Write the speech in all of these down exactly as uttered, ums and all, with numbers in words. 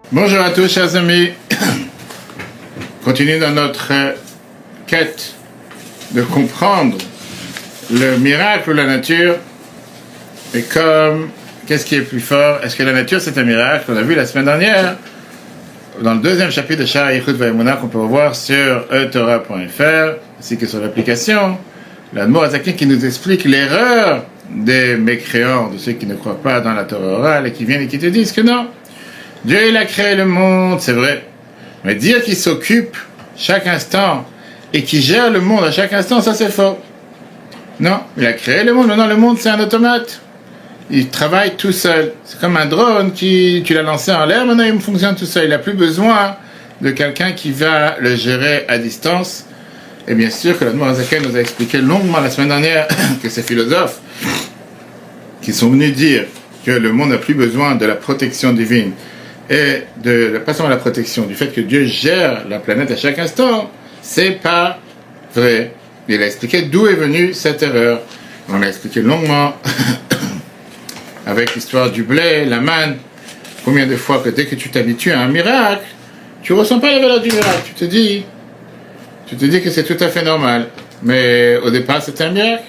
Bonjour à tous, chers amis. Continue dans notre quête de comprendre le miracle ou la nature. Et comme, qu'est-ce qui est plus fort? Est-ce que la nature c'est un miracle? On a vu la semaine dernière, dans le deuxième chapitre de Sha'ar Yichud Vayemuna, qu'on peut revoir sur e torah point f r, ainsi que sur l'application, l'Admor Hazaken qui nous explique l'erreur des mécréants, de ceux qui ne croient pas dans la Torah orale et qui viennent et qui te disent que non, Dieu il a créé le monde, c'est vrai. Mais dire qu'il s'occupe chaque instant et qu'il gère le monde à chaque instant, ça c'est faux. Non, il a créé le monde, maintenant le monde c'est un automate. Il travaille tout seul. C'est comme un drone qui, tu l'as lancé en l'air, maintenant il fonctionne tout seul. Il n'a plus besoin de quelqu'un qui va le gérer à distance. Et bien sûr que l'Admor Hazaken nous a expliqué longuement la semaine dernière que ces philosophes qui sont venus dire que le monde n'a plus besoin de la protection divine et de, pas seulement la protection, du fait que Dieu gère la planète à chaque instant, c'est pas vrai. Il a expliqué d'où est venue cette erreur. On l'a expliqué longuement avec l'histoire du blé, la manne. Combien de fois que dès que tu t'habitues à un miracle, tu ne ressens pas la valeur du miracle. Tu te dis, tu te dis que c'est tout à fait normal. Mais au départ, c'était un miracle.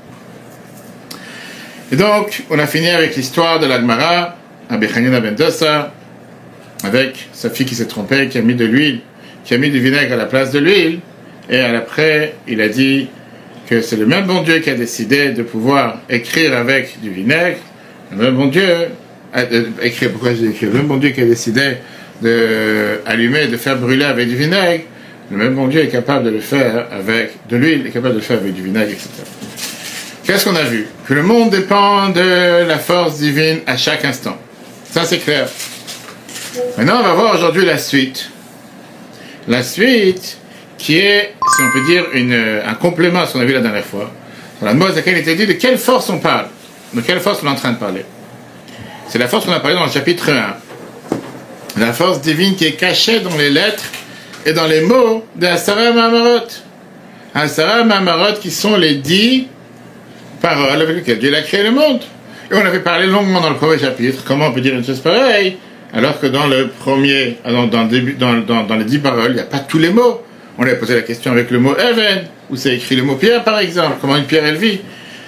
Et donc, on a fini avec l'histoire de l'Agmara, Rabbi Hanina ben Dosa, avec sa fille qui s'est trompée, qui a mis de l'huile, qui a mis du vinaigre à la place de l'huile. Et après, il a dit que c'est le même bon Dieu qui a décidé de pouvoir écrire avec du vinaigre. Le même bon Dieu, a, euh, écrire, pourquoi j'ai écrit? Le même bon Dieu qui a décidé d'allumer, de faire brûler avec du vinaigre. Le même bon Dieu est capable de le faire avec de l'huile, est capable de le faire avec du vinaigre, et cetera. Qu'est-ce qu'on a vu? Que le monde dépend de la force divine à chaque instant. Ça, c'est clair. Maintenant, on va voir aujourd'hui la suite. La suite qui est, si on peut dire, une, un complément à ce qu'on a vu la dernière fois. Dans la mode à laquelle il était dit de quelle force on parle. De quelle force on est en train de parler. C'est la force qu'on a parlé dans le chapitre un. La force divine qui est cachée dans les lettres et dans les mots de Asara Mamarot. Asara Mamarot qui sont les dix paroles avec lesquelles Dieu a créé le monde. Et on avait parlé longuement dans le premier chapitre. Comment on peut dire une chose pareille alors que dans le premier, dans, dans, le début, dans, dans, dans les dix paroles, il n'y a pas tous les mots. On lui a posé la question avec le mot Even, où c'est écrit le mot pierre par exemple. Comment une pierre elle vit?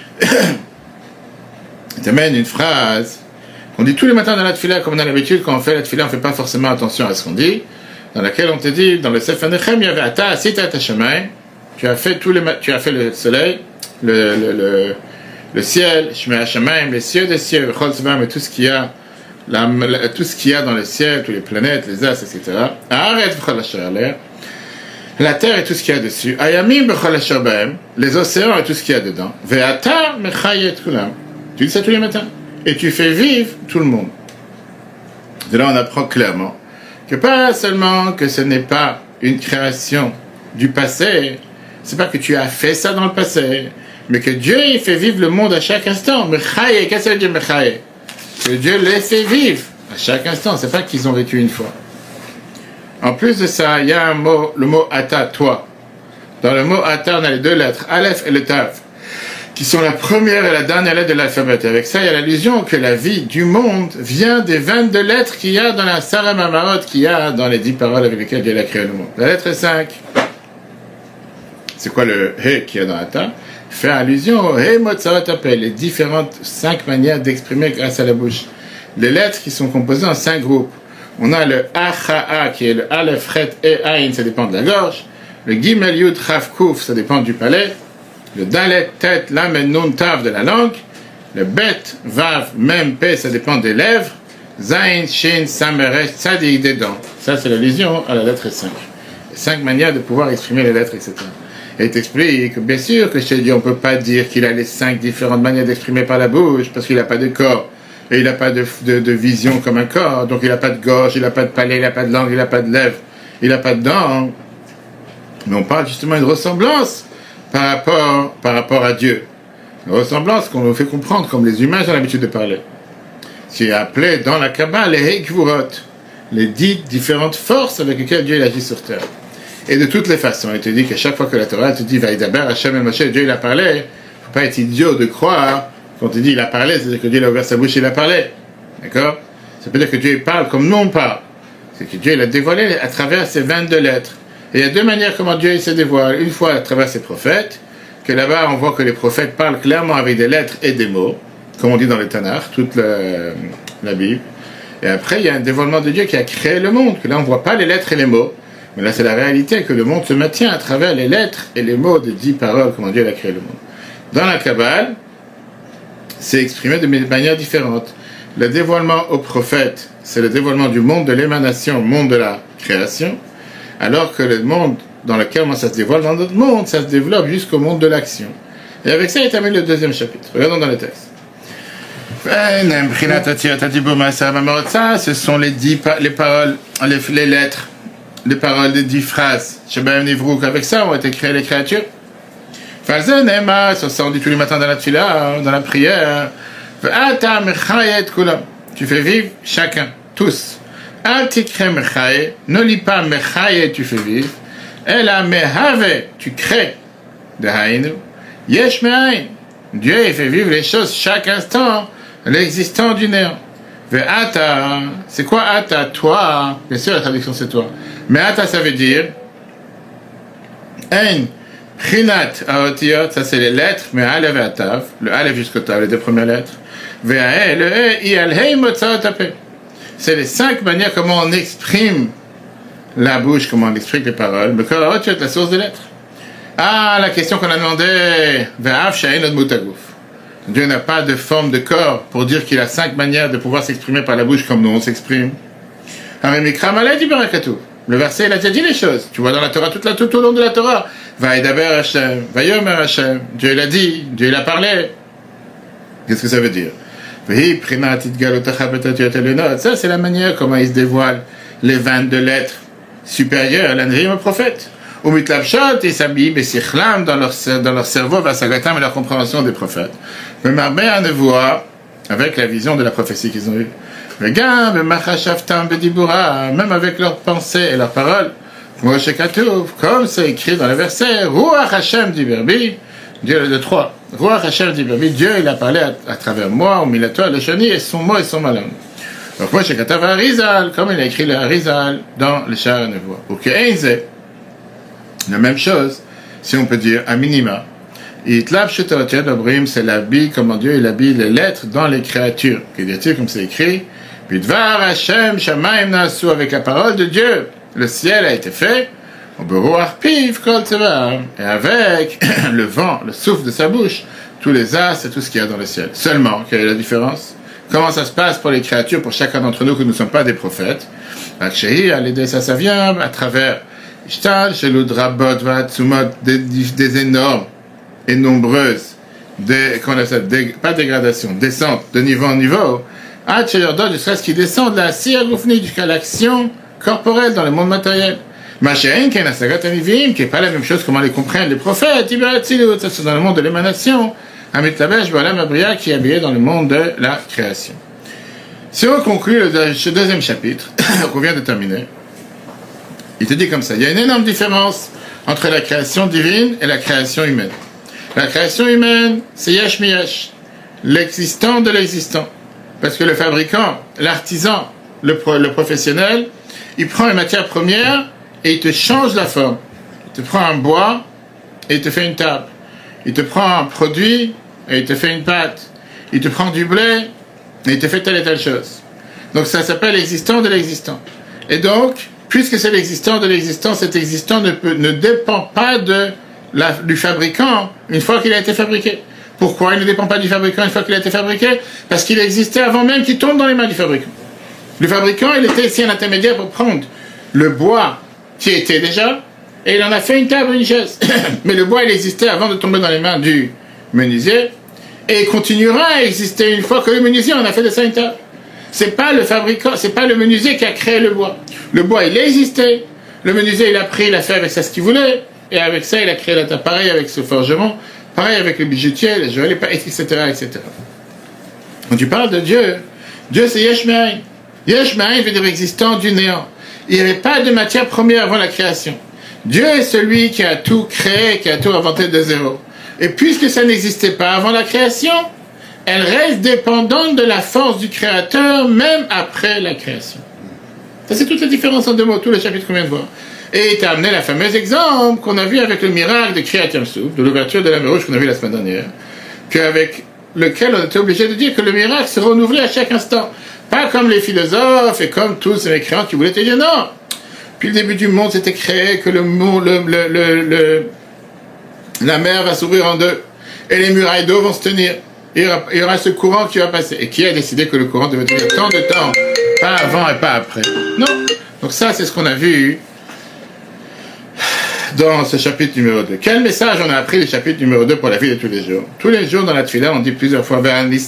Il t'amène une phrase qu'on dit tous les matins dans la tefila, comme on a l'habitude, quand on fait la tefila, on ne fait pas forcément attention à ce qu'on dit, dans laquelle on te dit, dans le Sefer Nechem, il y avait Ata Asita et Hashemayim, tu as fait tous les, tu as fait le soleil, le, le, le, le ciel, Shmei Hashemayim, les cieux des cieux, Vechol Tzibam, et tout ce qu'il y a, la, la, tout ce qu'il y a dans le ciel, toutes les planètes, les astres, et cetera. Haaretz Vechol Asher Aleh, la terre et tout ce qu'il y a dessus, Ayamim Vechol Asher Bahem, les océans et tout ce qu'il y a dedans, Ve'ata Mechayet Kulam. Tu dis ça tous les matins. Et tu fais vivre tout le monde. De là, on apprend clairement que pas seulement que ce n'est pas une création du passé, c'est pas que tu as fait ça dans le passé, mais que Dieu, il fait vivre le monde à chaque instant. Mechaye, qu'est-ce que ça veut dire Mechaye? Que Dieu les fait vivre à chaque instant. C'est pas qu'ils ont vécu une fois. En plus de ça, il y a un mot, le mot Ata, toi. Dans le mot Ata, on a les deux lettres, Aleph et le Tav, qui sont la première et la dernière lettre de l'alphabet. Et avec ça, il y a l'allusion que la vie du monde vient des vingt-deux lettres qu'il y a dans la Sarah Mamarot, qu'il y a dans les dix paroles avec lesquelles Dieu a créé le monde. La lettre cinq, c'est quoi le He qu'il y a dans Ata? Fait allusion au He Motzarot appelle, les différentes cinq manières d'exprimer grâce à la bouche. Les lettres qui sont composées en cinq groupes. On a le Acha'a qui est le Aleph, Chet et Aïn, ça dépend de la gorge. Le Gimel Yud Chaf Kuf, ça dépend du palais. Le Dalet, Tet, Lam et Nun, Tav de la langue. Le Bet, Vav, Mem, Pe, ça dépend des lèvres. Zain, Shin, Sameresh, Tzadik des dents. Ça, c'est l'allusion à la lettre cinq. Cinq manières de pouvoir exprimer les lettres, et cetera. Et il t'explique, bien sûr, que chez Dieu, on ne peut pas dire qu'il a les cinq différentes manières d'exprimer par la bouche, parce qu'il n'a pas de corps. Et il n'a pas de, de, de vision comme un corps. Donc il n'a pas de gorge, il n'a pas de palais, il n'a pas de langue, il n'a pas de lèvres, il n'a pas de dents. Mais on parle justement d'une ressemblance par rapport, par rapport à Dieu. Une ressemblance qu'on nous fait comprendre comme les humains ont l'habitude de parler. Ce qui est appelé dans la Kabbale les Hekvurot, les dix différentes forces avec lesquelles Dieu il agit sur terre. Et de toutes les façons, il te dit qu'à chaque fois que la Torah te dit Vaïdaber, Hachem et Moshe, Dieu il a parlé, il ne faut pas être idiot de croire, quand on te dit il a parlé, c'est-à-dire que Dieu il a ouvert sa bouche et il a parlé. D'accord? Ça peut dire que Dieu parle comme nous on parle. C'est que Dieu il a dévoilé à travers ces vingt-deux lettres. Et il y a deux manières comment Dieu il se dévoile. Une fois à travers ses prophètes, que là-bas on voit que les prophètes parlent clairement avec des lettres et des mots, comme on dit dans le Tanakh, toute la, la Bible. Et après il y a un dévoilement de Dieu qui a créé le monde, que là on ne voit pas les lettres et les mots. Mais là c'est la réalité, que le monde se maintient à travers les lettres et les mots des dix paroles, comment Dieu a créé le monde. Dans la Kabbale, c'est exprimé de manières différentes. Le dévoilement aux prophètes, c'est le dévoilement du monde de l'émanation, monde de la création, alors que le monde dans lequel ça se dévoile, dans notre monde, ça se développe jusqu'au monde de l'action. Et avec ça, il termine le deuxième chapitre. Regardons dans les textes. Ça, ce sont les dix les paroles, les, les lettres, les paroles des dix phrases. Avec ça ont été créées les créatures. Ça, on dit tous les matins dans la tfila, dans la prière. Tu fais vivre chacun, tous. Ne lis pas mechaye, tu fais vivre. Et la mehave, tu crées. De haïnu. Yesh mehaïn. Dieu il fait vivre les choses chaque instant, l'existant du néant. Ve'ata, c'est quoi ata? Toi. Bien sûr, la traduction c'est toi. Mais ata, ça veut dire. Ein. Prinat aotiyot, ça c'est les lettres, mais alev et atav, le alev jusqu'au tav, les deux premières lettres. Ve'ae, le e, i alhei motzaot ape. C'est les cinq manières comment on exprime la bouche, comment on exprime les paroles. Mais quand tu es la source des lettres. Ah, la question qu'on a demandé. Ve'av shayin od mutagouf. Dieu n'a pas de forme de corps pour dire qu'il a cinq manières de pouvoir s'exprimer par la bouche comme nous on s'exprime. Harimikra malay du barakatu. Le verset, il a déjà dit les choses. Tu vois dans la Torah, toute la, tout au long de la Torah. Vaïdaber Hashem, Vayomer Hashem. Dieu l'a dit, Dieu l'a parlé. Qu'est-ce que ça veut dire? Ça, c'est la manière comment il se dévoile les vingt-deux lettres supérieures à l'Anrim au prophète. Ou mitlabshot, ils s'habillent, et s'ichlament dans leur, dans leur cerveau, vasagatam et leur compréhension des prophètes. Mais marbé à nevoa, avec la vision de la prophétie qu'ils ont eue. Même avec leurs pensées et leurs paroles, comme c'est écrit dans le verset, Ruach Hashem Diberbi, Dieu de trois, Ruach Hashem Diberbi, Dieu il a parlé à, à travers moi, au Milato, le Shani, et son mot et son malheur. Donc moi, j'ai Katav Arizal, comme il a écrit le Arizal dans le Shah Nevoa. Ou que Einze, la même chose, si on peut dire, à minima, Itlab Shetotiad Abrim, c'est l'habit, comment Dieu il habille les lettres dans les créatures. Que dit-il comme c'est écrit? Bidvar Hashem Shamaim Nasu, avec la parole de Dieu, le ciel a été fait, et avec le vent, le souffle de sa bouche, tous les astres et tout ce qu'il y a dans le ciel. Seulement, quelle est la différence? Comment ça se passe pour les créatures, pour chacun d'entre nous, que nous ne sommes pas des prophètes? Ça, ça vient à travers des, des énormes et nombreuses, des, qu'on appelle, des, pas dégradation, descente de niveau en niveau, jusqu'à ce qu'ils descendent la sirgoufni, jusqu'à l'action corporelle dans le monde matériel. Machéen, qui n'est pas la même chose comment les comprennent les prophètes, ça c'est dans le monde de l'émanation, Amitlabesh, Balam Abria, qui est habillé dans le monde de la création. Si on conclut le deuxième chapitre, qu'on vient de terminer, il te dit comme ça, il y a une énorme différence entre la création divine et la création humaine. La création humaine, c'est Yesh Miyesh, l'existant de l'existant. Parce que le fabricant, l'artisan, le, pro, le professionnel, il prend une matière première et il te change la forme. Il te prend un bois et il te fait une table. Il te prend un produit et il te fait une pâte. Il te prend du blé et il te fait telle et telle chose. Donc ça s'appelle l'existant de l'existant. Et donc, puisque c'est l'existant de l'existant, cet existant ne, peut, ne dépend pas de la, du fabricant une fois qu'il a été fabriqué. Pourquoi il ne dépend pas du fabricant une fois qu'il a été fabriqué? Parce qu'il existait avant même qu'il tombe dans les mains du fabricant. Le fabricant, il était ici un intermédiaire pour prendre le bois qui était déjà, et il en a fait une table, une chaise. Mais le bois, il existait avant de tomber dans les mains du menuisier, et il continuera à exister une fois que le menuisier en a fait de ça une table. C'est pas le fabricant, c'est pas le menuisier qui a créé le bois. Le bois, il existait. Le menuisier, il a pris, il a fait avec ça ce qu'il voulait, et avec ça, il a créé la table. Pareil avec ce forgeron, pareil avec le bijoutier, les joailliers, et cetera, et cetera. Quand tu parles de Dieu, Dieu c'est Yesh Me'ain. Yesh Me'ain veut dire existant du néant. Il n'y avait pas de matière première avant la création. Dieu est celui qui a tout créé, qui a tout inventé de zéro. Et puisque ça n'existait pas avant la création, elle reste dépendante de la force du Créateur, même après la création. Ça, c'est toute la différence en deux mots, tous les chapitres qu'on vient de voir. Et il t'a amené la fameuse exemple qu'on a vu avec le miracle de Kriyat Yam-Souf, de l'ouverture de la mer Rouge qu'on a vu la semaine dernière, qu'avec lequel on était obligé de dire que le miracle se renouvelait à chaque instant. Pas comme les philosophes et comme tous les créants qui voulaient te dire non. Puis le début du monde s'était créé, que le, monde, le, le, le, le, la mer va s'ouvrir en deux et les murailles d'eau vont se tenir. Il y, aura, il y aura ce courant qui va passer. Et qui a décidé que le courant devait tenir tant de temps, pas avant et pas après? Non. Donc ça, c'est ce qu'on a vu dans ce chapitre numéro deux. Quel message on a appris du chapitre numéro deux pour la vie de tous les jours? Tous les jours dans la Tfila, on dit plusieurs fois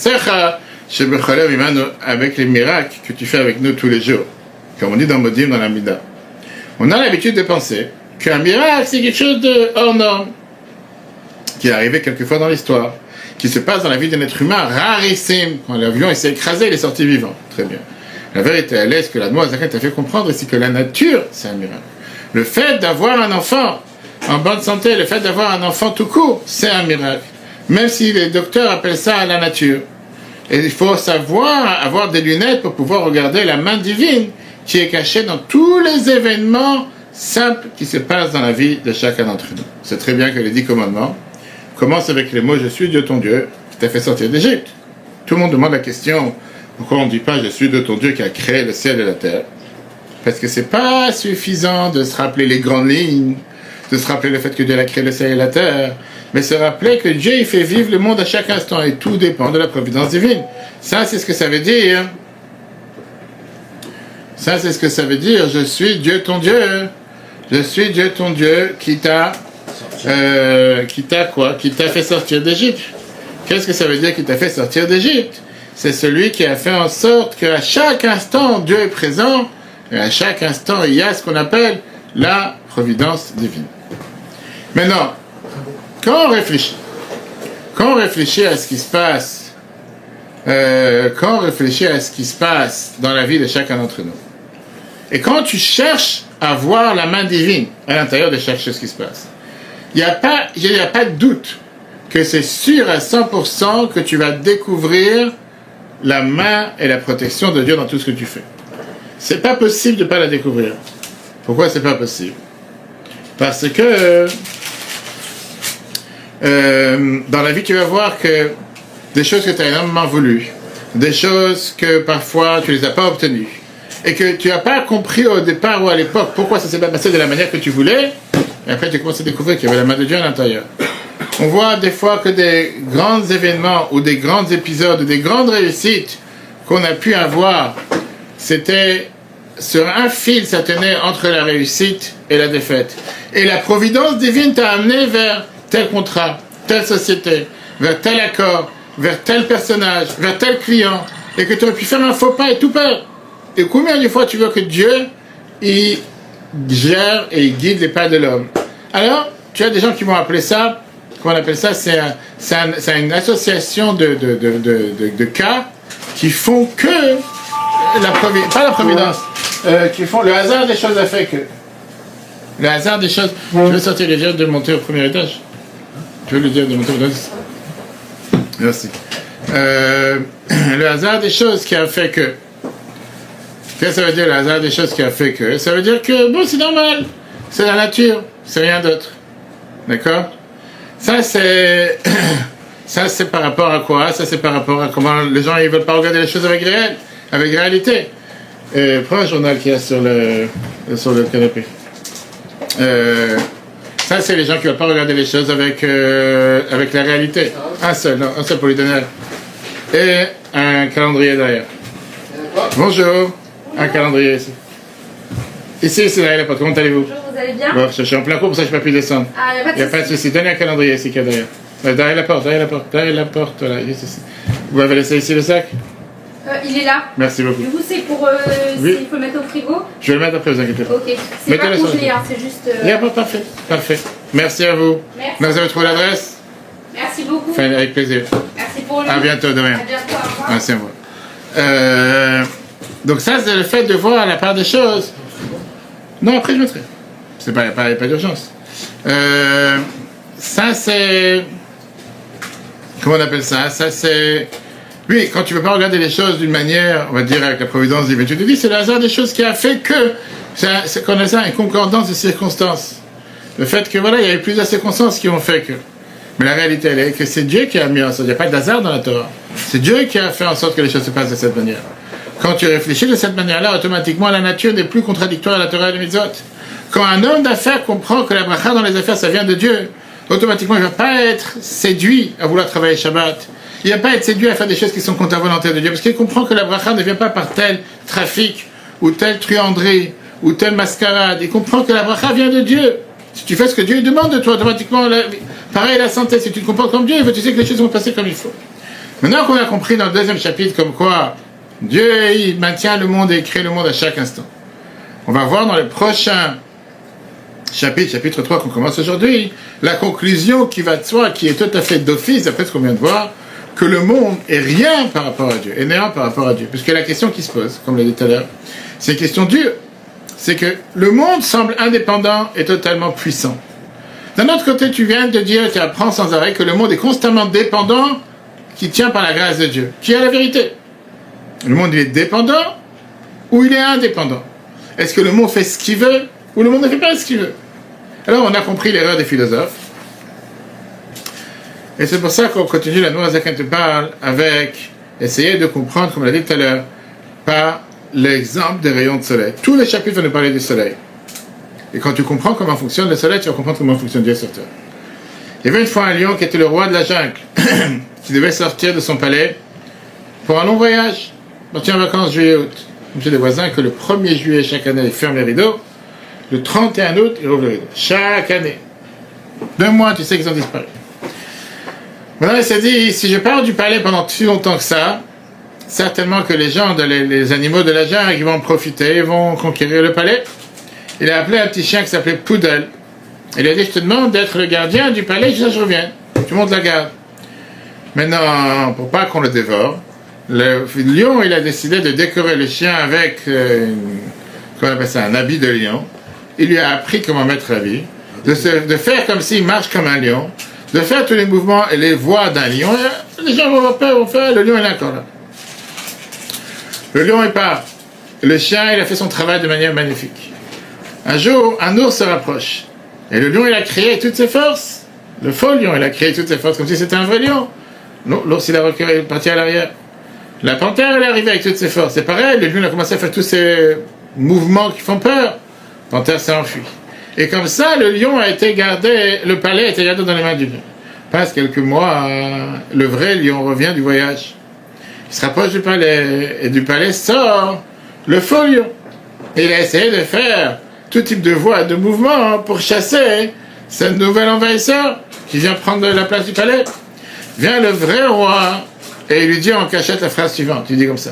avec les miracles que tu fais avec nous tous les jours. Comme on dit dans Modim, dans la Mida. On a l'habitude de penser qu'un miracle, c'est quelque chose de hors norme, qui est arrivé quelquefois dans l'histoire, qui se passe dans la vie d'un être humain rarissime. Quand l'avion s'est écrasé, il est sorti vivant. Très bien. La vérité, elle est ce que la Noazakat t'a fait comprendre, c'est que la nature, c'est un miracle. Le fait d'avoir un enfant en bonne santé, le fait d'avoir un enfant tout court, c'est un miracle. Même si les docteurs appellent ça la nature. Et il faut savoir avoir des lunettes pour pouvoir regarder la main divine qui est cachée dans tous les événements simples qui se passent dans la vie de chacun d'entre nous. C'est très bien que les dix commandements commencent avec les mots « Je suis Dieu ton Dieu qui t'a fait sortir d'Égypte ». Tout le monde demande la question « Pourquoi on ne dit pas « Je suis Dieu ton Dieu qui a créé le ciel et la terre » Parce que c'est pas suffisant de se rappeler les grandes lignes, de se rappeler le fait que Dieu a créé le ciel et la terre, mais se rappeler que Dieu il fait vivre le monde à chaque instant et tout dépend de la providence divine. Ça, c'est ce que ça veut dire. Ça, c'est ce que ça veut dire. Je suis Dieu ton Dieu. Je suis Dieu ton Dieu qui t'a, euh, qui t'a quoi? Qui t'a fait sortir d'Égypte. Qu'est-ce que ça veut dire qui t'a fait sortir d'Égypte? C'est celui qui a fait en sorte qu'à chaque instant, Dieu est présent. Et à chaque instant, il y a ce qu'on appelle la providence divine. Maintenant, quand on réfléchit, quand on réfléchit à ce qui se passe, euh, quand on réfléchit à ce qui se passe dans la vie de chacun d'entre nous, et quand tu cherches à voir la main divine à l'intérieur de chaque chose qui se passe, il n'y a pas, il n'y a pas de doute que c'est sûr à cent pour cent que tu vas découvrir la main et la protection de Dieu dans tout ce que tu fais. C'est pas possible de ne pas la découvrir. Pourquoi c'est pas possible? Parce que euh, dans la vie, tu vas voir que des choses que tu as énormément voulu, des choses que parfois tu les as pas obtenues, et que tu n'as pas compris au départ ou à l'époque pourquoi ça s'est pas passé de la manière que tu voulais, et après tu commences à découvrir qu'il y avait la main de Dieu à l'intérieur. On voit des fois que des grands événements ou des grands épisodes ou des grandes réussites qu'on a pu avoir, c'était sur un fil, ça tenait entre la réussite et la défaite. Et la providence divine t'a amené vers tel contrat, telle société, vers tel accord, vers tel personnage, vers tel client, et que tu aurais pu faire un faux pas et tout perdre. Et combien de fois tu vois que Dieu, il gère et il guide les pas de l'homme? Alors, tu as des gens qui vont appeler ça, comment on appelle ça, c'est un, c'est un, c'est une association de, de, de, de, de, de cas qui font que la providence, pas la providence, euh, qui font le hasard des choses a fait que. Le hasard des choses. Je veux sortir les dire de monter au premier étage. Tu veux lui dire de monter au premier étage? Merci. Euh, le hasard des choses qui a fait que. Qu'est-ce que ça veut dire le hasard des choses qui a fait que? Ça veut dire que, bon, c'est normal. C'est la nature. C'est rien d'autre. D'accord? Ça, c'est. Ça, c'est par rapport à quoi? Ça, c'est par rapport à comment les gens, ils veulent pas regarder les choses avec réel, avec réalité. Et prends un journal qu'il y a sur le, sur le canapé. Euh, ça, c'est les gens qui ne veulent pas regarder les choses avec, euh, avec la réalité. Un seul, non, un seul pour lui donner. Et un calendrier derrière. Bonjour. Un calendrier ici. Ici, c'est derrière la porte. Comment allez-vous? Bonjour, vous allez bien? Bon, je suis en plein cours, pour ça je ne peux pas plus descendre. Ah, il n'y a pas de souci. Donnez un calendrier ici qu'il y a derrière. Derrière la porte, derrière la porte, derrière la porte. Voilà, juste ici. Vous m'avez laissé ici le sac? Euh, il est là. Merci beaucoup. Du coup, c'est pour. Euh, Oui. Il faut le mettre au frigo. Je vais le mettre après, vous inquiétez pas. Ok. C'est pas Mettez-le sur congelé, le- hein, c'est juste. euh, Il y a pas, parfait, parfait. Merci à vous. Merci. Vous avez trouvé l'adresse? Merci beaucoup. Enfin, avec plaisir. Merci pour le. À bientôt, de rien. À bientôt, au revoir. Merci à vous. Euh, donc ça, c'est le fait de voir la part des choses. Non, après je mettrai. C'est pas, pas, pas d'urgence. Euh, ça, c'est... Comment on appelle ça? Ça, c'est Oui, quand tu ne peux pas regarder les choses d'une manière, on va dire, avec la providence divine, tu te dis, c'est le hasard des choses qui a fait que, c'est qu'on a ça, une concordance de circonstances. Le fait que, voilà, il y avait plusieurs circonstances qui ont fait que. Mais la réalité, elle est que c'est Dieu qui a mis en sorte. Il n'y a pas d'hasard dans la Torah. C'est Dieu qui a fait en sorte que les choses se passent de cette manière. Quand tu réfléchis de cette manière-là, automatiquement, la nature n'est plus contradictoire à la Torah et les mitzvot. Quand un homme d'affaires comprend que la bracha dans les affaires, ça vient de Dieu, automatiquement, il ne va pas être séduit à vouloir travailler Shabbat. Il ne va pas être séduit à faire des choses qui sont contre la volonté de Dieu. Parce qu'il comprend que la bracha ne vient pas par tel trafic, ou telle truanderie, ou telle mascarade. Il comprend que la bracha vient de Dieu. Si tu fais ce que Dieu demande de toi, automatiquement, la, pareil la santé, si tu te comportes comme Dieu, tu sais que les choses vont passer comme il faut. Maintenant qu'on a compris dans le deuxième chapitre comme quoi Dieu il maintient le monde et il crée le monde à chaque instant, on va voir dans le prochain chapitre, chapitre trois qu'on commence aujourd'hui, la conclusion qui va de soi, qui est tout à fait d'office, après ce qu'on vient de voir, que le monde est rien par rapport à Dieu, est néant par rapport à Dieu. Puisque la question qui se pose, comme l'a dit tout à l'heure, c'est une question dure. C'est que le monde semble indépendant et totalement puissant. D'un autre côté, tu viens de dire, tu apprends sans arrêt que le monde est constamment dépendant, qui tient par la grâce de Dieu. Qui est la vérité? Le monde, il est dépendant ou il est indépendant? Est-ce que le monde fait ce qu'il veut ou le monde ne fait pas ce qu'il veut? Alors, on a compris l'erreur des philosophes. Et c'est pour ça qu'on continue, la Noirzakan te parle avec, essayer de comprendre, comme on l'a dit tout à l'heure, par l'exemple des rayons de soleil. Tous les chapitres vont nous parler du soleil. Et quand tu comprends comment fonctionne le soleil, tu vas comprendre comment fonctionne Dieu sur terre. Il y avait une fois un lion qui était le roi de la jungle, qui devait sortir de son palais pour un long voyage, partir en vacances juillet-août. J'ai des voisins que le premier juillet chaque année, ils ferment les rideaux, le trente et un août, ils ouvrent les rideaux. Chaque année. Deux mois, tu sais qu'ils ont disparu. Maintenant, il s'est dit, si je pars du palais pendant si longtemps que ça, certainement que les gens, les, les animaux de la jungle, ils vont en profiter, ils vont conquérir le palais. Il a appelé un petit chien qui s'appelait Poodle. Il a dit, je te demande d'être le gardien du palais, je reviens. Tu montes la garde. Maintenant, pour pas qu'on le dévore, le lion, il a décidé de décorer le chien avec, euh, une, comment on appelle ça, un habit de lion. Il lui a appris comment mettre l'habit, de, se, de faire comme s'il marche comme un lion, de faire tous les mouvements et les voix d'un lion. Et les gens vont avoir peur, vont faire, le lion il est encore là. Le lion est part. Le chien, il a fait son travail de manière magnifique. Un jour, un ours se rapproche. Et le lion, il a créé toutes ses forces. Le faux lion, il a créé toutes ses forces, comme si c'était un vrai lion. Non, l'ours, il a reculé, il est parti à l'arrière. La panthère, elle est arrivée avec toutes ses forces. C'est pareil, le lion, il a commencé à faire tous ces mouvements qui font peur. La panthère s'est enfuie. Et comme ça, le lion a été gardé, le palais a été gardé dans les mains du lion. Passe quelques mois, le vrai lion revient du voyage. Il se rapproche du palais, et du palais sort le faux lion. Et il a essayé de faire tout type de voix, de mouvements pour chasser ce nouvel envahisseur qui vient prendre la place du palais. Vient le vrai roi et il lui dit en cachette la phrase suivante. Il dit comme ça.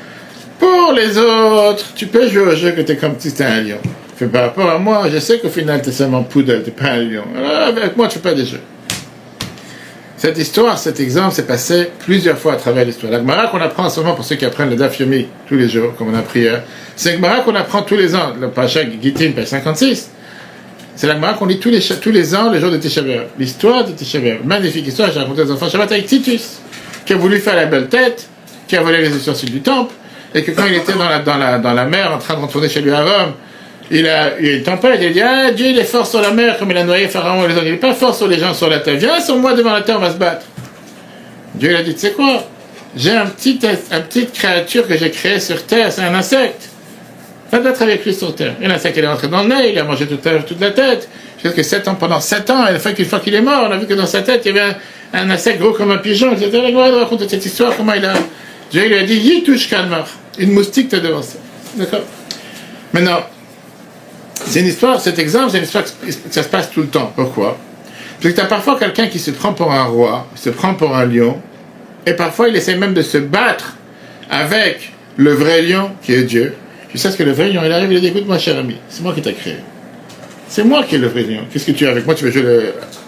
Pour les autres, tu peux jouer au jeu que tu es comme si tu es un lion. Fait par rapport à moi, je sais qu'au final tu es seulement Poodle, tu n'es pas un lion. Alors, avec moi, tu ne fais pas des jeux. Cette histoire, cet exemple s'est passé plusieurs fois à travers l'histoire. La Gemara qu'on apprend en ce moment, pour ceux qui apprennent le Daf Yomi tous les jours, comme on a appris hier, c'est la Gemara qu'on apprend tous les ans, le Pacha Gittin, page cinquante-six. C'est la Gemara qu'on lit tous les, tous les ans, le jour de Tisha B'Av. L'histoire de Tisha B'Av. Magnifique histoire, j'ai raconté aux enfants Shabbat avec Titus, qui a voulu faire la belle tête, qui a volé les ustensiles du temple, et que quand il était dans la, dans la, dans la mer, en train de retourner chez lui à Rome, il a, il a eu une tempête, il a dit, ah, Dieu, il est fort sur la mer, comme il a noyé Pharaon et les autres. Il n'est pas fort sur les gens sur la terre. Viens sur moi devant la terre, on va se battre. Dieu, il a dit, tu sais quoi? J'ai un petit, un petite créature que j'ai créée sur terre, c'est un insecte. Va te battre avec lui sur terre. Et l'insecte, il est rentré dans le nez, il a mangé toute, toute la tête. Je sais que sept ans, pendant sept ans, et la fois qu'une fois qu'il est mort, on a vu que dans sa tête, il y avait un, un insecte gros comme un pigeon. Il était là, de raconter cette histoire, comment il a. Dieu, il lui a dit, Yitush Kalmar. Une moustique t'a devancé. D'accord? Maintenant, c'est une histoire, cet exemple, c'est une histoire que ça se passe tout le temps. Pourquoi? Parce que tu as parfois quelqu'un qui se prend pour un roi, se prend pour un lion, et parfois il essaie même de se battre avec le vrai lion, qui est Dieu. Tu sais ce que le vrai lion, il arrive, il dit, écoute, moi, cher ami, c'est moi qui t'ai créé. C'est moi qui est le vrai lion. Qu'est-ce que tu as avec moi? Tu veux jouer le...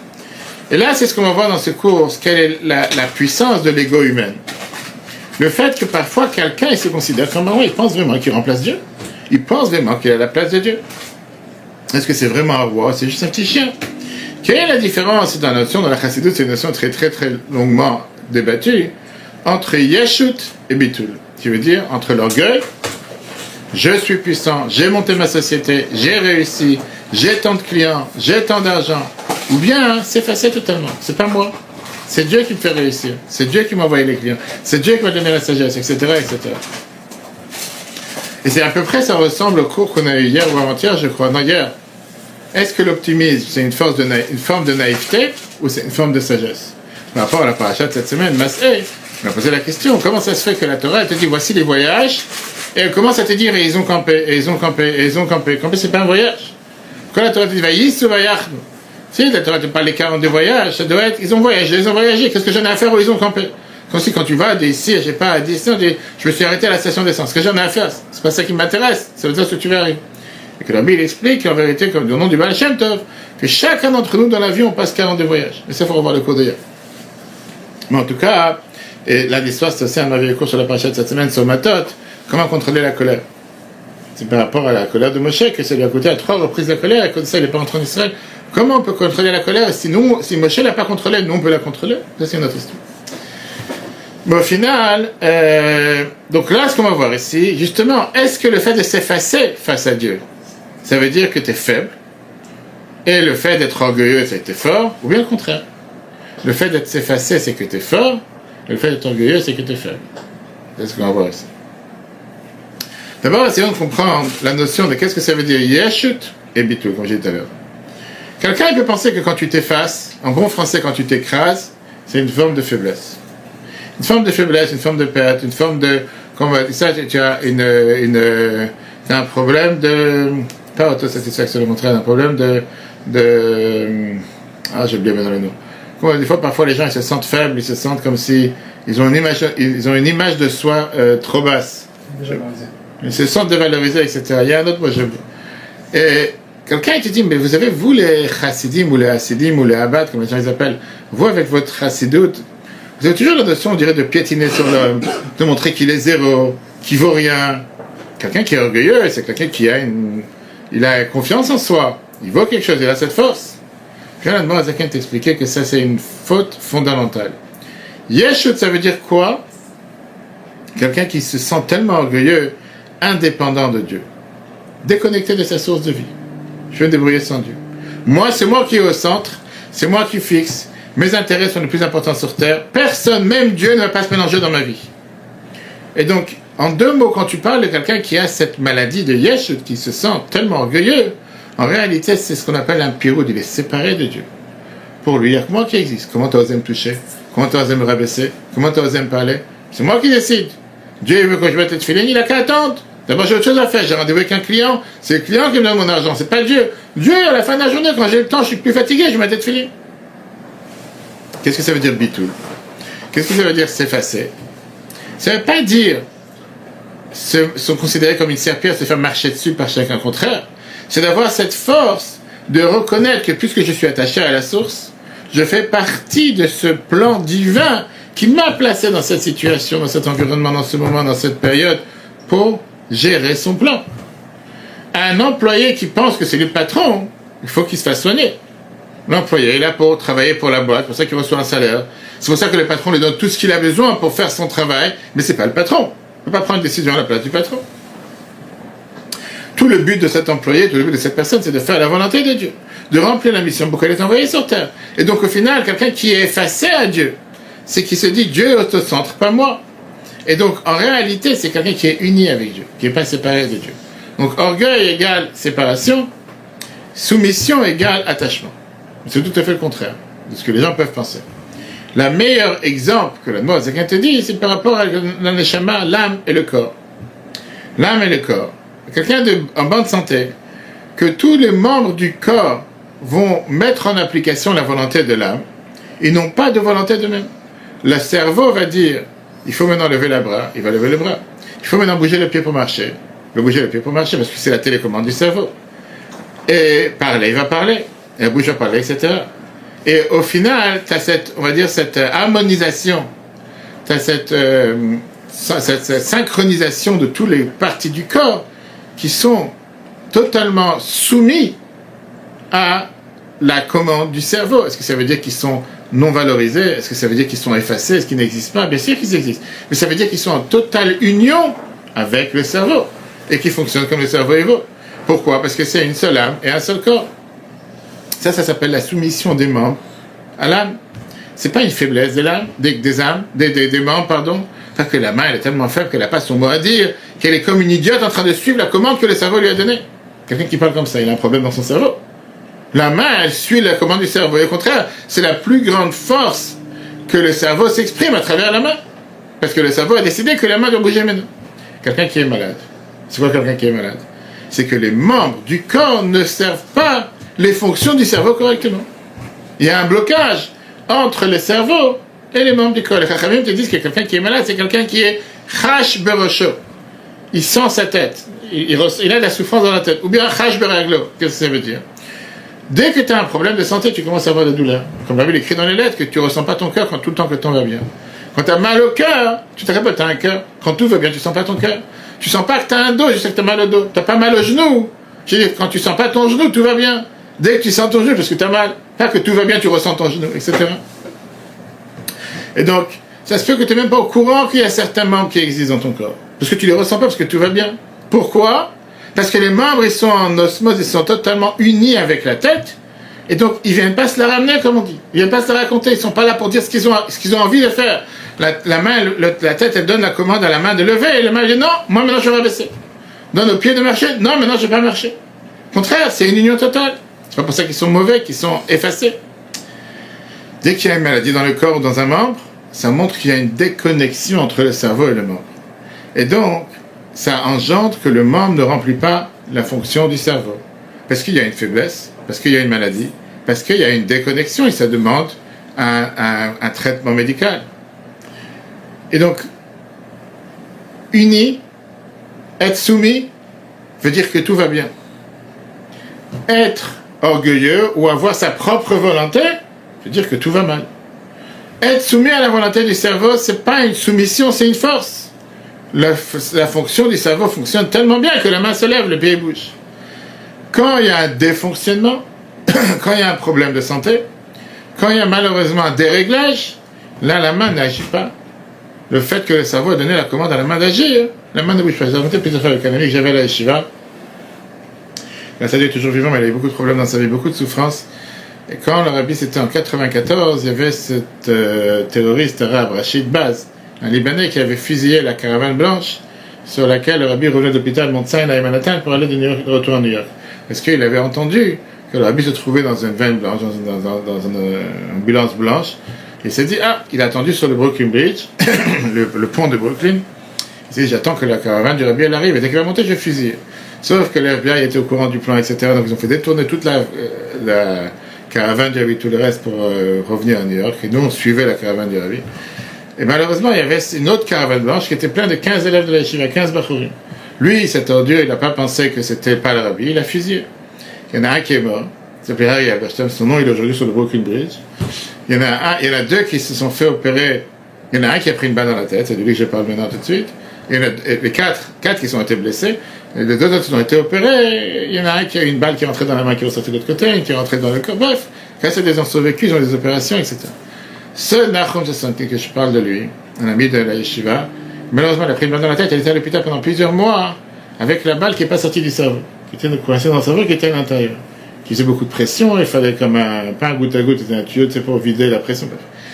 Et là, c'est ce qu'on va voir dans ce cours, quelle est la, la puissance de l'ego humain. Le fait que parfois quelqu'un, il se considère comme un roi, il pense vraiment qu'il remplace Dieu. Il pense vraiment qu'il a la place de Dieu. Est-ce que c'est vraiment un roi? C'est juste un petit chien. Quelle est la différence dans la notion, dans la chassidoute, c'est une notion très très très longuement débattue, entre Yeshut et Bitul, qui veut dire entre l'orgueil, je suis puissant, j'ai monté ma société, j'ai réussi, j'ai tant de clients, j'ai tant d'argent, ou bien hein, s'effacer totalement, c'est pas moi, c'est Dieu qui me fait réussir, c'est Dieu qui m'a envoyé les clients, c'est Dieu qui m'a donné la sagesse, et cetera, et cetera. Et c'est à peu près, ça ressemble au cours qu'on a eu hier ou avant-hier, je crois, non hier. Est-ce que l'optimisme, c'est une, force de naï- une forme de naïveté ou c'est une forme de sagesse? Par rapport à la paracha de cette semaine, Masé, on a posé la question, comment ça se fait que la Torah, elle te dit, voici les voyages, et elle commence à te dire, et ils ont campé, et ils ont campé, et ils ont campé. Camper, c'est pas un voyage. Quand la Torah te dit, vaïs ou vaïachnu, si la Torah te parle des quarante-deux voyages, ça doit être, ils ont voyagé, ils ont voyagé, qu'est-ce que j'en ai à faire où ils ont campé? Comme si quand tu vas d'ici, je sais pas, d'ici, je me suis arrêté à la station d'essence, ce que j'en ai à faire, c'est pas ça qui m'intéresse, ça veut dire ce que tu vas arriver. Et que la Bible explique, en vérité, comme au nom du Baal Shem Tov, que chacun d'entre nous dans la vie, on passe quarante-deux voyages. Mais ça, il faut revoir le cours d'ailleurs. Mais en tout cas, et là, l'histoire, c'est aussi un merveilleux cours sur la paracha de cette semaine, sur Matot, comment contrôler la colère. C'est par rapport à la colère de Moshe que ça lui a coûté à trois reprises la colère, et à cause de ça, il n'est pas entré en Israël. Comment on peut contrôler la colère si, nous, si Moshe ne l'a pas contrôlée, nous, on peut la contrôler? Ça, c'est une autre histoire. Mais au final, euh, donc là, ce qu'on va voir ici, justement, est-ce que le fait de s'effacer face à Dieu, ça veut dire que tu es faible, et le fait d'être orgueilleux, c'est que tu es fort, ou bien le contraire? Le fait d'être s'effacer, c'est que tu es fort, et le fait d'être orgueilleux, c'est que tu es faible. C'est ce qu'on va voir ici. D'abord, essayons de comprendre la notion de qu'est-ce que ça veut dire Yeshut et Bitul, comme j'ai dit tout à l'heure. Quelqu'un il peut penser que quand tu t'effaces, en bon français, quand tu t'écrases, c'est une forme de faiblesse. Une forme de faiblesse, une forme de perte, une forme de... Comme on va dire ça, tu as une, une, tu as un problème de... Pas autosatisfaction, au contraire, un problème de... de ah, j'ai oublié dans le nom. Comme des fois, parfois, les gens, ils se sentent faibles, ils se sentent comme si... Ils ont une image, ils ont une image de soi euh, trop basse. Dévalorisé. Ils se sentent dévalorisés, et cetera. Il y a un autre mot, je... Et quelqu'un, il te dit, mais vous avez, vous, les chassidim, ou les hassidim, ou les abad, comme les gens les appellent, vous, avec votre chassidoute, vous avez toujours la notion, on dirait, de piétiner sur l'homme, de montrer qu'il est zéro, qu'il vaut rien. Quelqu'un qui est orgueilleux, c'est quelqu'un qui a une... Il a confiance en soi. Il vaut quelque chose, il a cette force. Puis là, demande à quelqu'un de t'expliquer que ça, c'est une faute fondamentale. Yeshut, ça veut dire quoi? Quelqu'un qui se sent tellement orgueilleux, indépendant de Dieu. Déconnecté de sa source de vie. Je vais me débrouiller sans Dieu. Moi, c'est moi qui est au centre, c'est moi qui fixe. Mes intérêts sont les plus importants sur terre. Personne, même Dieu, ne va pas se mélanger dans ma vie. Et donc, en deux mots, quand tu parles de quelqu'un qui a cette maladie de Yeshut, qui se sent tellement orgueilleux, en réalité, c'est ce qu'on appelle un piroud. Il est séparé de Dieu. Pour lui, il y a que moi qui existe. Comment tu as osé me toucher? Comment tu as osé me rabaisser? Comment tu as osé me parler? C'est moi qui décide. Dieu il veut que je mette cette filine, il n'a qu'à attendre. D'abord, j'ai autre chose à faire. J'ai rendez-vous avec un client. C'est le client qui me donne mon argent. C'est pas Dieu. Dieu, à la fin de la journée, quand j'ai le temps, je suis plus fatigué, je mets tête filine. Qu'est-ce que ça veut dire bitul? Qu'est-ce que ça veut dire s'effacer? Ça ne veut pas dire se, sont considérés comme une serpillère, se faire marcher dessus par chacun. Au contraire, c'est d'avoir cette force de reconnaître que puisque je suis attaché à la source, je fais partie de ce plan divin qui m'a placé dans cette situation, dans cet environnement, dans ce moment, dans cette période, pour gérer son plan. Un employé qui pense que c'est lui le patron, il faut qu'il se fasse soigner. L'employé est là pour travailler pour la boîte, c'est pour ça qu'il reçoit un salaire. C'est pour ça que le patron lui donne tout ce qu'il a besoin pour faire son travail, mais c'est pas le patron. Il ne peut pas prendre une décision à la place du patron. Tout le but de cet employé, tout le but de cette personne, c'est de faire la volonté de Dieu, de remplir la mission pour qu'elle est envoyée sur terre. Et donc au final, quelqu'un qui est effacé à Dieu, c'est qui se dit Dieu est au centre, pas moi. Et donc en réalité, c'est quelqu'un qui est uni avec Dieu, qui n'est pas séparé de Dieu. Donc orgueil égale séparation, soumission égale attachement. C'est tout à fait le contraire de ce que les gens peuvent penser. Le meilleur exemple que la Noah Zakin te dit, c'est par rapport à la neshama, l'âme et le corps. L'âme et le corps. Quelqu'un de, en bonne santé, que tous les membres du corps vont mettre en application la volonté de l'âme, ils n'ont pas de volonté d'eux-mêmes. Le cerveau va dire, il faut maintenant lever le bras, il va lever le bras. Il faut maintenant bouger le pied pour marcher, il va bouger le pied pour marcher, parce que c'est la télécommande du cerveau. Et parler, il va parler. Et bouge à parler, et cetera. Et au final, tu as cette, on va dire, cette euh, harmonisation, tu as cette, euh, cette, cette synchronisation de toutes les parties du corps qui sont totalement soumis à la commande du cerveau. Est-ce que ça veut dire qu'ils sont non valorisés? Est-ce que ça veut dire qu'ils sont effacés? Est-ce qu'ils n'existent pas? Bien sûr qu'ils existent. Mais ça veut dire qu'ils sont en totale union avec le cerveau et qu'ils fonctionnent comme le cerveau évoque. Pourquoi? Parce que c'est une seule âme et un seul corps. Ça, ça s'appelle la soumission des membres à l'âme. C'est pas une faiblesse de l'âme, des, des âmes, des, des, des membres, pardon. Parce que la main, elle est tellement faible qu'elle n'a pas son mot à dire, qu'elle est comme une idiote en train de suivre la commande que le cerveau lui a donnée. Quelqu'un qui parle comme ça, il a un problème dans son cerveau. La main, elle suit la commande du cerveau. Et au contraire, c'est la plus grande force que le cerveau s'exprime à travers la main. Parce que le cerveau a décidé que la main doit bouger maintenant. Quelqu'un qui est malade. C'est quoi quelqu'un qui est malade? C'est que les membres du corps ne servent pas les fonctions du cerveau correctement. Il y a un blocage entre le cerveau et les membres du corps. Les Chachamim te disent que quelqu'un qui est malade, c'est quelqu'un qui est chash berosho. Il sent sa tête. Il, il, il a de la souffrance dans la tête. Ou bien chash beraglo. Qu'est-ce que ça veut dire? Dès que tu as un problème de santé, tu commences à avoir de la douleur. Comme la Bible écrit dans les lettres, que tu ne ressens pas ton cœur quand tout le temps que ton va bien. Quand tu as mal au cœur, tu te rappelles, tu as un cœur. Quand tout va bien, tu ne sens pas ton cœur. Tu ne sens pas que tu as un dos, je sais que tu as mal au dos. Tu n'as pas mal au genou. Je veux dire, quand tu ne sens pas ton genou, tout va bien. Dès que tu sens ton genou, parce que tu as mal, pas que tout va bien, tu ressens ton genou, et cetera. Et donc, ça se peut que tu n'es même pas au courant qu'il y a certains membres qui existent dans ton corps. Parce que tu ne les ressens pas, parce que tout va bien. Pourquoi? Parce que les membres, ils sont en osmose, ils sont totalement unis avec la tête. Et donc, ils ne viennent pas se la ramener, comme on dit. Ils ne viennent pas se la raconter. Ils ne sont pas là pour dire ce qu'ils ont, ce qu'ils ont envie de faire. La, la main, le, la tête, elle donne la commande à la main de lever. Et la main dit non, moi maintenant je vais baisser. Donne aux pieds de marcher. Non, maintenant je ne vais pas marcher. Au contraire, c'est une union totale. C'est pas pour ça qu'ils sont mauvais, qu'ils sont effacés. Dès qu'il y a une maladie dans le corps ou dans un membre, ça montre qu'il y a une déconnexion entre le cerveau et le membre. Et donc, ça engendre que le membre ne remplit pas la fonction du cerveau. Parce qu'il y a une faiblesse, parce qu'il y a une maladie, parce qu'il y a une déconnexion et ça demande un, un, un traitement médical. Et donc, uni, être soumis, veut dire que tout va bien. Être orgueilleux ou avoir sa propre volonté, veut dire que tout va mal. Être soumis à la volonté du cerveau, c'est pas une soumission, c'est une force. La, la fonction du cerveau fonctionne tellement bien que la main se lève, le pied bouge. Quand il y a un défonctionnement, quand il y a un problème de santé, quand il y a malheureusement un déréglage, là la main n'agit pas. Le fait que le cerveau a donné la commande à la main d'agir, la main ne bouge pas. J'ai raconté plusieurs fois avec un ami que j'avais à la yeshiva. Grâce à Dieu, il est toujours vivant, mais il avait beaucoup de problèmes dans sa vie, beaucoup de souffrances. Et quand le rabbi, c'était en quatre-vingt-quatorze, il y avait cet euh, terroriste arabe, Rachid Baz, un Libanais qui avait fusillé la caravane blanche sur laquelle le rabbi revenait d'hôpital Mont Sinai à Manhattan pour aller de, New York, de retour à New York. Parce qu'il avait entendu que le rabbi se trouvait dans une vanne blanche, dans, dans, dans, dans une euh, ambulance blanche. Il s'est dit, ah, il a attendu sur le Brooklyn Bridge, le, le pont de Brooklyn. Il s'est dit, j'attends que la caravane du rabbi elle arrive, et dès qu'il va monter, je vais fusiller. Sauf que l'F B I était au courant du plan, et cetera. Donc ils ont fait détourner toute la, euh, la caravane du rabbi, tout le reste pour euh, revenir à New York. Et nous, on suivait la caravane du rabbi. Et malheureusement, il y avait une autre caravane blanche qui était pleine de quinze élèves de la yeshiva, quinze bachourim. Lui, cet ordure, il n'a pas pensé que c'était pas le rabbi, il a fusillé. Il y en a un qui est mort, il s'appelait Harry Alberstein, son nom il est aujourd'hui sur le Brooklyn Bridge. Il y en a un, il y en a deux qui se sont fait opérer. Il y en a un qui a pris une balle dans la tête, c'est de lui que je parle maintenant tout de suite. Il y en a les quatre, quatre qui sont été blessés. Et les deux autres qui ont été opérés. Il y en a un qui a une balle qui est rentrée dans la main qui est ressortie de l'autre côté, une qui est rentrée dans le corps. Bref, quand c'est des gens survécus, ils ont des opérations, et cetera. Ce Nachum Sassanki, que je parle de lui, un ami de la yeshiva, malheureusement, il a pris une balle dans la tête, il était à l'hôpital pendant plusieurs mois avec la balle qui n'est pas sortie du cerveau, qui était coincée dans le cerveau, qui était à l'intérieur, qui faisait beaucoup de pression, il fallait comme un, pas un goutte à goutte, c'était un tuyau, c'est pour vider la pression.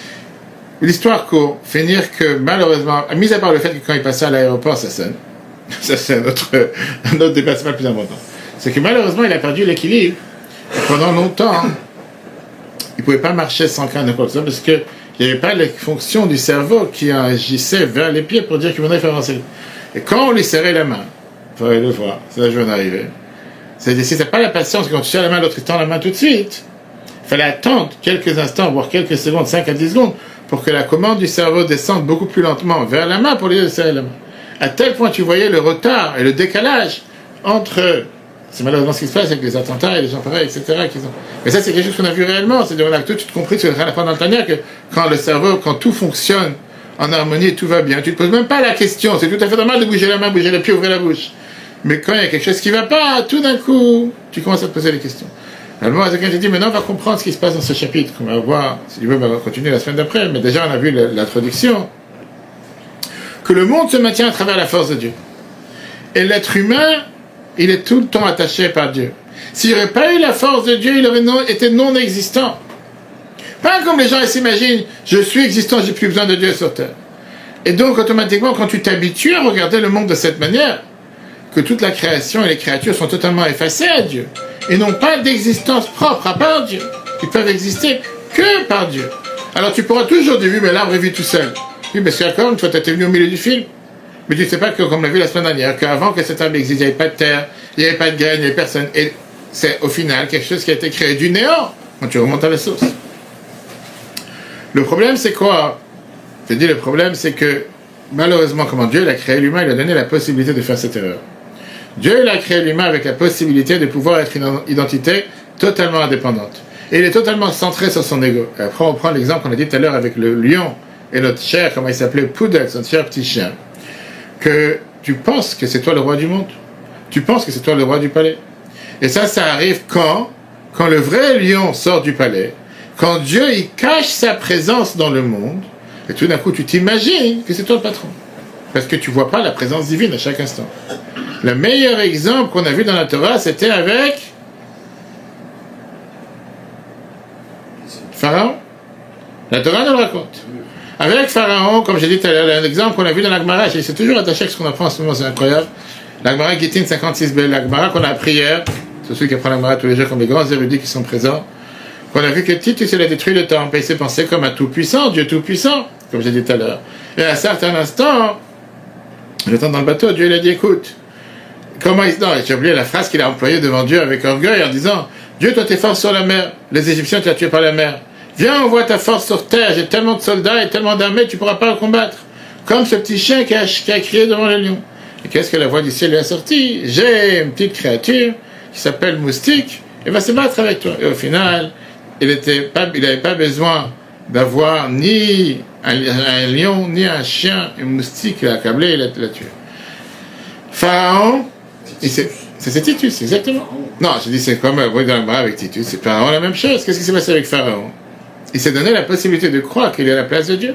L'histoire court, finir que malheureusement, mis à part le fait que quand il passait à l'aéroport, ça sonne, ça c'est un autre, un autre dépassement plus important, c'est que malheureusement, il a perdu l'équilibre, et pendant longtemps, il ne pouvait pas marcher sans craindre quoi que ce soit, parce qu'il n'y avait pas les fonctions du cerveau qui agissaient vers les pieds pour dire qu'il venait faire avancer. Et quand on lui serrait la main, il fallait le voir, c'est là que je viens d'arriver. C'est-à-dire, si tu n'as pas la patience, quand tu serres la main, l'autre il tend la main tout de suite. Il fallait attendre quelques instants, voire quelques secondes, cinq à dix secondes, pour que la commande du cerveau descende beaucoup plus lentement vers la main pour lui serrer la main. À tel point, tu voyais le retard et le décalage entre... C'est malheureusement ce qui se passe avec les attentats et les gens pareils, et cetera. Qui ont... Mais ça, c'est quelque chose qu'on a vu réellement. C'est-à-dire, on a tout de suite compris sur la fin dans le Tania que quand le cerveau, quand tout fonctionne en harmonie, tout va bien. Tu ne te poses même pas la question. C'est tout à fait normal de bouger la main, bouger le pied, ouvrir la bouche. Mais quand il y a quelque chose qui ne va pas, tout d'un coup, tu commences à te poser les questions. Alors, j'ai dit, maintenant, on va comprendre ce qui se passe dans ce chapitre. On va voir, si tu veux, on va continuer la semaine d'après, mais déjà, on a vu l'introduction. Que le monde se maintient à travers la force de Dieu. Et l'être humain, il est tout le temps attaché par Dieu. S'il n'y aurait pas eu la force de Dieu, il aurait non, été non existant. Pas comme les gens s'imaginent, je suis existant, j'ai plus besoin de Dieu sur terre. Et donc, automatiquement, quand tu t'habitues à regarder le monde de cette manière, que toute la création et les créatures sont totalement effacées à Dieu, et n'ont pas d'existence propre à part Dieu. Ils peuvent exister que par Dieu. Alors tu pourras toujours dire, oui, mais l'arbre vit tout seul. Oui, mais c'est d'accord, une fois tu étais venu au milieu du film. Mais tu ne sais pas que, comme on l'a vu la semaine dernière, qu'avant que cet arbre existe, il n'y avait pas de terre, il n'y avait pas de graines, il n'y avait personne. Et c'est au final quelque chose qui a été créé du néant, quand tu remontes à la source. Le problème, c'est quoi? Je dis, le problème, c'est que, malheureusement, comment Dieu il a créé l'humain, il a donné la possibilité de faire cette erreur. Dieu il a créé l'humain avec la possibilité de pouvoir être une identité totalement indépendante. Et il est totalement centré sur son ego. Et après, on prend l'exemple qu'on a dit tout à l'heure avec le lion et notre cher, comment il s'appelait, Poodle, son cher petit chien. Que tu penses que c'est toi le roi du monde. Tu penses que c'est toi le roi du palais. Et ça, ça arrive quand? Quand le vrai lion sort du palais, quand Dieu il cache sa présence dans le monde, et tout d'un coup tu t'imagines que c'est toi le patron. Parce que tu ne vois pas la présence divine à chaque instant. Le meilleur exemple qu'on a vu dans la Torah, c'était avec Pharaon. La Torah nous le raconte. Avec Pharaon, comme j'ai dit tout à l'heure, l'exemple qu'on a vu dans la Gemara, c'est toujours attaché à ce qu'on apprend en ce moment, c'est incroyable. La Gemara Gittin cinquante-six b, la Gemara qu'on a appris hier, c'est ceux qui apprennent la Gemara tous les jours comme les grands érudits qui sont présents, qu'on a vu que Titus il a détruit le temple, et il s'est pensé comme un tout-puissant, Dieu tout-puissant, comme j'ai dit tout à l'heure. Et à un certain instant, j'étais dans le bateau, Dieu il a dit, écoute, comment il... Non, j'ai oublié la phrase qu'il a employée devant Dieu avec orgueil en disant, Dieu, toi t'es fort sur la mer, les Égyptiens tu as tué par la mer. Viens, on voit ta force sur terre, j'ai tellement de soldats et tellement d'armées, tu ne pourras pas le combattre. Comme ce petit chien qui a, qui a crié devant le lion. Et qu'est-ce que la voix du ciel lui a sorti? J'ai une petite créature qui s'appelle Moustique, et va se battre avec toi. Et au final, il n'avait pas besoin d'avoir ni un, un lion, ni un chien, un moustique qui l'a accablé, il l'a tué. Pharaon, c'est Titus, exactement. Non, je dis c'est comme oui, dans le bras avec Titus, c'est Pharaon la même chose. Qu'est-ce qui s'est passé avec Pharaon? Il s'est donné la possibilité de croire qu'il est à la place de Dieu.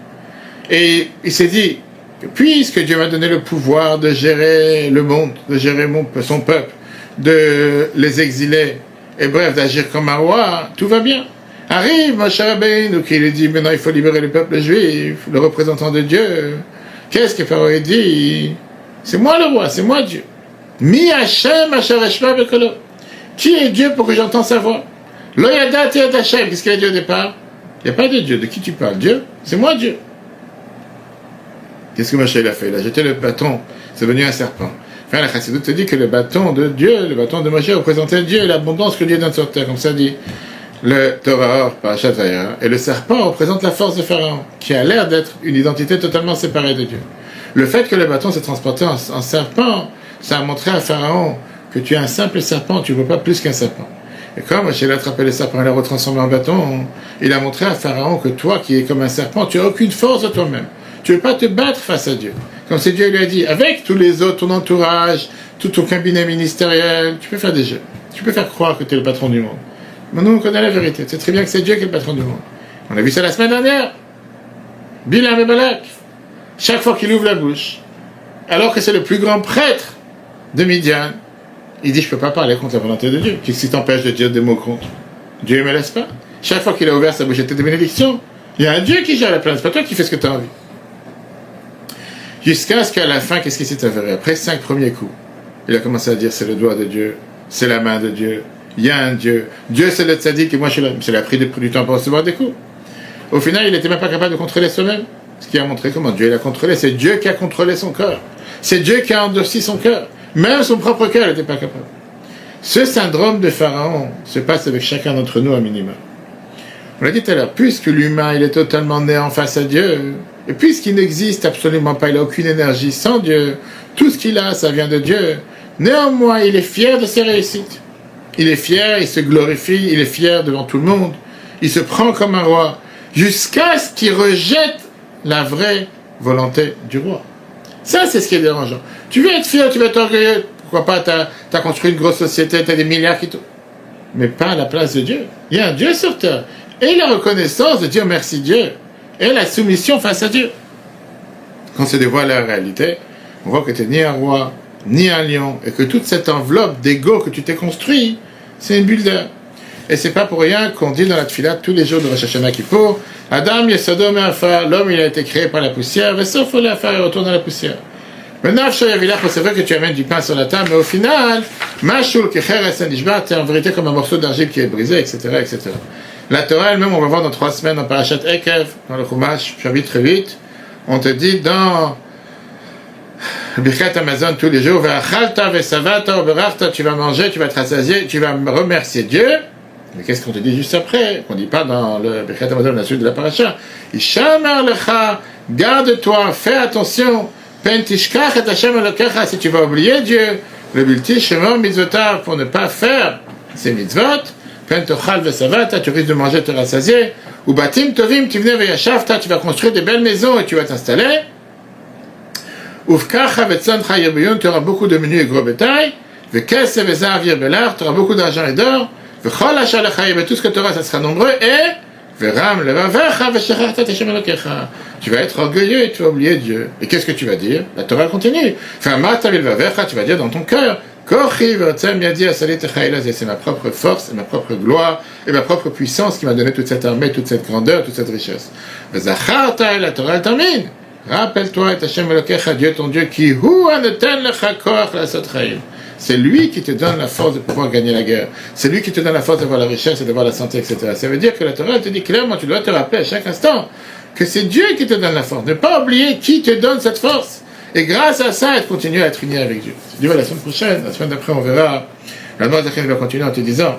Et il s'est dit que puisque Dieu m'a donné le pouvoir de gérer le monde, de gérer mon, son peuple, de les exiler, et bref, d'agir comme un roi, tout va bien. Arrive, Moshe Rabbeinu, qui lui dit, maintenant il faut libérer le peuple juif, le représentant de Dieu. Qu'est-ce que Pharaon dit? C'est moi le roi, c'est moi Dieu. Mi Hashem asher eshma bekolo. Qui est Dieu pour que j'entende sa voix? Lo yadati et Hashem. Qu'est-ce qu'il a dit au départ? Il n'y a pas de Dieu. De qui tu parles? Dieu? C'est moi Dieu. Qu'est-ce que Moshe il a fait? Il a jeté le bâton. C'est devenu un serpent. Enfin, la Chassidut te dit que le bâton de Dieu, le bâton de Moshe représentait Dieu et l'abondance que Dieu donne sur terre. Comme ça dit le Torah, Parashat Vayera. Et le serpent représente la force de Pharaon, qui a l'air d'être une identité totalement séparée de Dieu. Le fait que le bâton s'est transporté en, en serpent, ça a montré à Pharaon que tu es un simple serpent, tu ne veux pas plus qu'un serpent. Et comme Moshe a attrapé le serpent et l'a retransformé en bâton, il a montré à Pharaon que toi, qui es comme un serpent, tu n'as aucune force de toi-même. Tu ne veux pas te battre face à Dieu. Comme c'est Dieu lui a dit, avec tous les autres, ton entourage, tout ton cabinet ministériel, tu peux faire des jeux. Tu peux faire croire que tu es le patron du monde. Mais nous, on connaît la vérité. C'est très bien que c'est Dieu qui est le patron du monde. On a vu ça la semaine dernière. Bilam et Balak. Chaque fois qu'il ouvre la bouche, alors que c'est le plus grand prêtre de Midian, il dit, je ne peux pas parler contre la volonté de Dieu. Qu'est-ce qui t'empêche de dire des mots contre? Dieu ne me laisse pas. Chaque fois qu'il a ouvert sa bouche, c'était des bénédictions. Il y a un Dieu qui gère la planète. C'est pas toi qui fais ce que tu as envie. Jusqu'à ce qu'à la fin, qu'est-ce qui s'est avéré? Après cinq premiers coups, il a commencé à dire, c'est le doigt de Dieu, c'est la main de Dieu, il y a un Dieu. Dieu, c'est le tzaddik et moi, je suis là. Il a pris du temps pour recevoir des coups. Au final, il n'était même pas capable de contrôler soi-même. Ce qui a montré comment Dieu l'a contrôlé. C'est Dieu qui a contrôlé son cœur. C'est Dieu qui a endurci son cœur. Même son propre cœur n'était pas capable. Ce syndrome de Pharaon se passe avec chacun d'entre nous à minimum. On l'a dit tout à l'heure, puisque l'humain il est totalement néant face à Dieu, et puisqu'il n'existe absolument pas, il n'a aucune énergie sans Dieu, tout ce qu'il a, ça vient de Dieu, néanmoins il est fier de ses réussites. Il est fier, il se glorifie, il est fier devant tout le monde, il se prend comme un roi, jusqu'à ce qu'il rejette la vraie volonté du roi. Ça, c'est ce qui est dérangeant. Tu veux être fier, tu veux être orgueilleux, pourquoi pas, tu as construit une grosse société, tu as des milliards qui te... mais pas à la place de Dieu. Il y a un Dieu sur terre. Et la reconnaissance de dire merci Dieu, et la soumission face à Dieu. Quand on se dévoile la réalité, on voit que tu n'es ni un roi, ni un lion, et que toute cette enveloppe d'ego que tu t'es construit, c'est une bulle d'air. Et c'est pas pour rien qu'on dit dans la Tfilah tous les jours de Rosh Hashanah Kippour, Adam Yesodom Afa, l'homme il a été créé par la poussière, et sauf la faire, il retourne à la poussière. Maintenant, c'est vrai que tu amènes du pain sur la table, mais au final, Mashul Kecher Esanishba, tu es en vérité comme un morceau d'argile qui est brisé, et cetera, et cetera. La Torah elle-même, on va voir dans trois semaines dans Parashat Ekev, dans le Chumash, chapitre huit, on te dit dans Birkat Amazon tous les jours, Ve'achalta ve'savata ve'rachta, tu vas manger, tu vas te rassasier, tu vas remercier Dieu. Mais qu'est-ce qu'on te dit juste après? On ne dit pas dans le Birkat Amazon, la suite de la Parasha. Ishamar lecha, garde-toi, fais attention. Pentishkach et Hashem elokecha, si tu vas oublier Dieu, le bulti shemor mitzvotav, pour ne pas faire ces mitzvot. Pentochal ve'savata, tu risques de manger, te rassasier. Ou batim tovim, tu venais ve'yashavta, tu vas construire des belles maisons et tu vas t'installer. Ufkacha ve'tzoncha yirbiyun, tu auras beaucoup de menus et gros bétail. Ve'kesse ve'zav yirbelar, tu auras beaucoup d'argent et d'or. Ve'chol hashal lecha, tout ce que tu auras, ça sera nombreux. Et ve'ram levavecha ve'shecharta Hashem elokecha. Tu vas être orgueilleux et tu vas oublier Dieu. Et qu'est-ce que tu vas dire? La Torah continue. Enfin, mata ve'vavecha, tu vas dire dans ton cœur. Kochi ve'otzem yadi asalit echailaz, c'est ma propre force, et ma propre gloire, et ma propre puissance qui m'a donné toute cette armée, toute cette grandeur, toute cette richesse. Ve'zacharta, la Torah elle termine. Rappelle-toi, et Hashem elokecha, Dieu ton Dieu, qui hu anoten lecha koach la'asot chaim. C'est lui qui te donne la force de pouvoir gagner la guerre. C'est lui qui te donne la force d'avoir la richesse et d'avoir la santé, et cetera. Ça veut dire que la Torah te dit clairement, tu dois te rappeler à chaque instant que c'est Dieu qui te donne la force. Ne pas oublier qui te donne cette force. Et grâce à ça, tu continues à être uni avec Dieu. C'est Dieu, la semaine prochaine, la semaine d'après, on verra. La Noire Zachem va continuer en te disant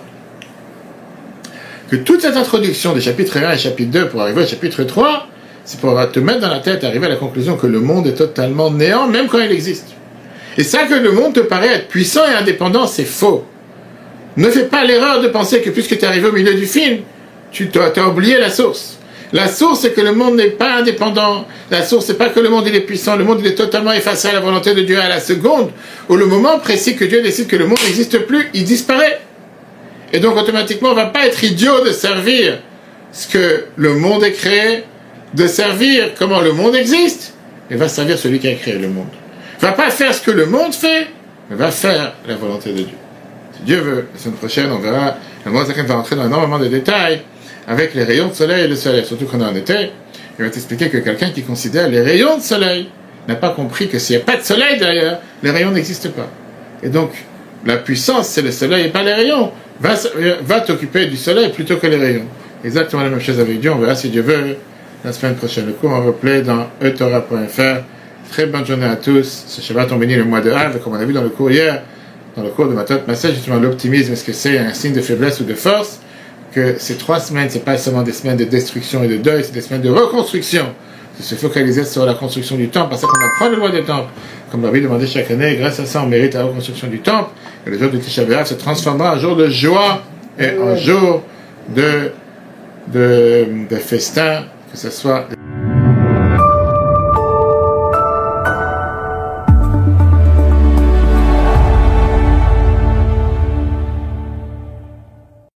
que toute cette introduction des chapitres un et chapitre deux pour arriver au chapitre trois, c'est pour te mettre dans la tête, arriver à la conclusion que le monde est totalement néant, même quand il existe. Et ça, que le monde te paraît être puissant et indépendant, c'est faux. Ne fais pas l'erreur de penser que puisque tu es arrivé au milieu du film, tu as oublié la source. La source, c'est que le monde n'est pas indépendant. La source, c'est pas que le monde il est puissant. Le monde il est totalement effacé à la volonté de Dieu à la seconde, où le moment précis que Dieu décide que le monde n'existe plus, il disparaît. Et donc, automatiquement, on ne va pas être idiot de servir ce que le monde est créé, de servir comment le monde existe, et va servir celui qui a créé le monde. Ne va pas faire ce que le monde fait, mais va faire la volonté de Dieu. Si Dieu veut, la semaine prochaine, on verra, la Noire Zachem va rentrer dans énormément de détails, avec les rayons de soleil et le soleil, surtout qu'on est en été, il va t'expliquer que quelqu'un qui considère les rayons de soleil n'a pas compris que s'il n'y a pas de soleil derrière, les rayons n'existent pas. Et donc, la puissance, c'est le soleil et pas les rayons. Va, va t'occuper du soleil plutôt que les rayons. Exactement la même chose avec Dieu, on verra si Dieu veut la semaine prochaine. Le cours en replay dans e torah point f r. Très bonne journée à tous. Ce Shabbat on bénit le mois de Av, comme on a vu dans le cours hier, dans le cours de Matot Massage, justement l'optimisme, est-ce que c'est un signe de faiblesse ou de force? Que ces trois semaines, c'est pas seulement des semaines de destruction et de deuil, c'est des semaines de reconstruction. De se focaliser sur la construction du temple, parce qu'on apprend le loi des temples. Comme l'avait demandé chaque année, grâce à ça, on mérite la reconstruction du temple. Et le jour de Tisha B'Av se transformera en jour de joie et en jour de, de, de festin, que ce soit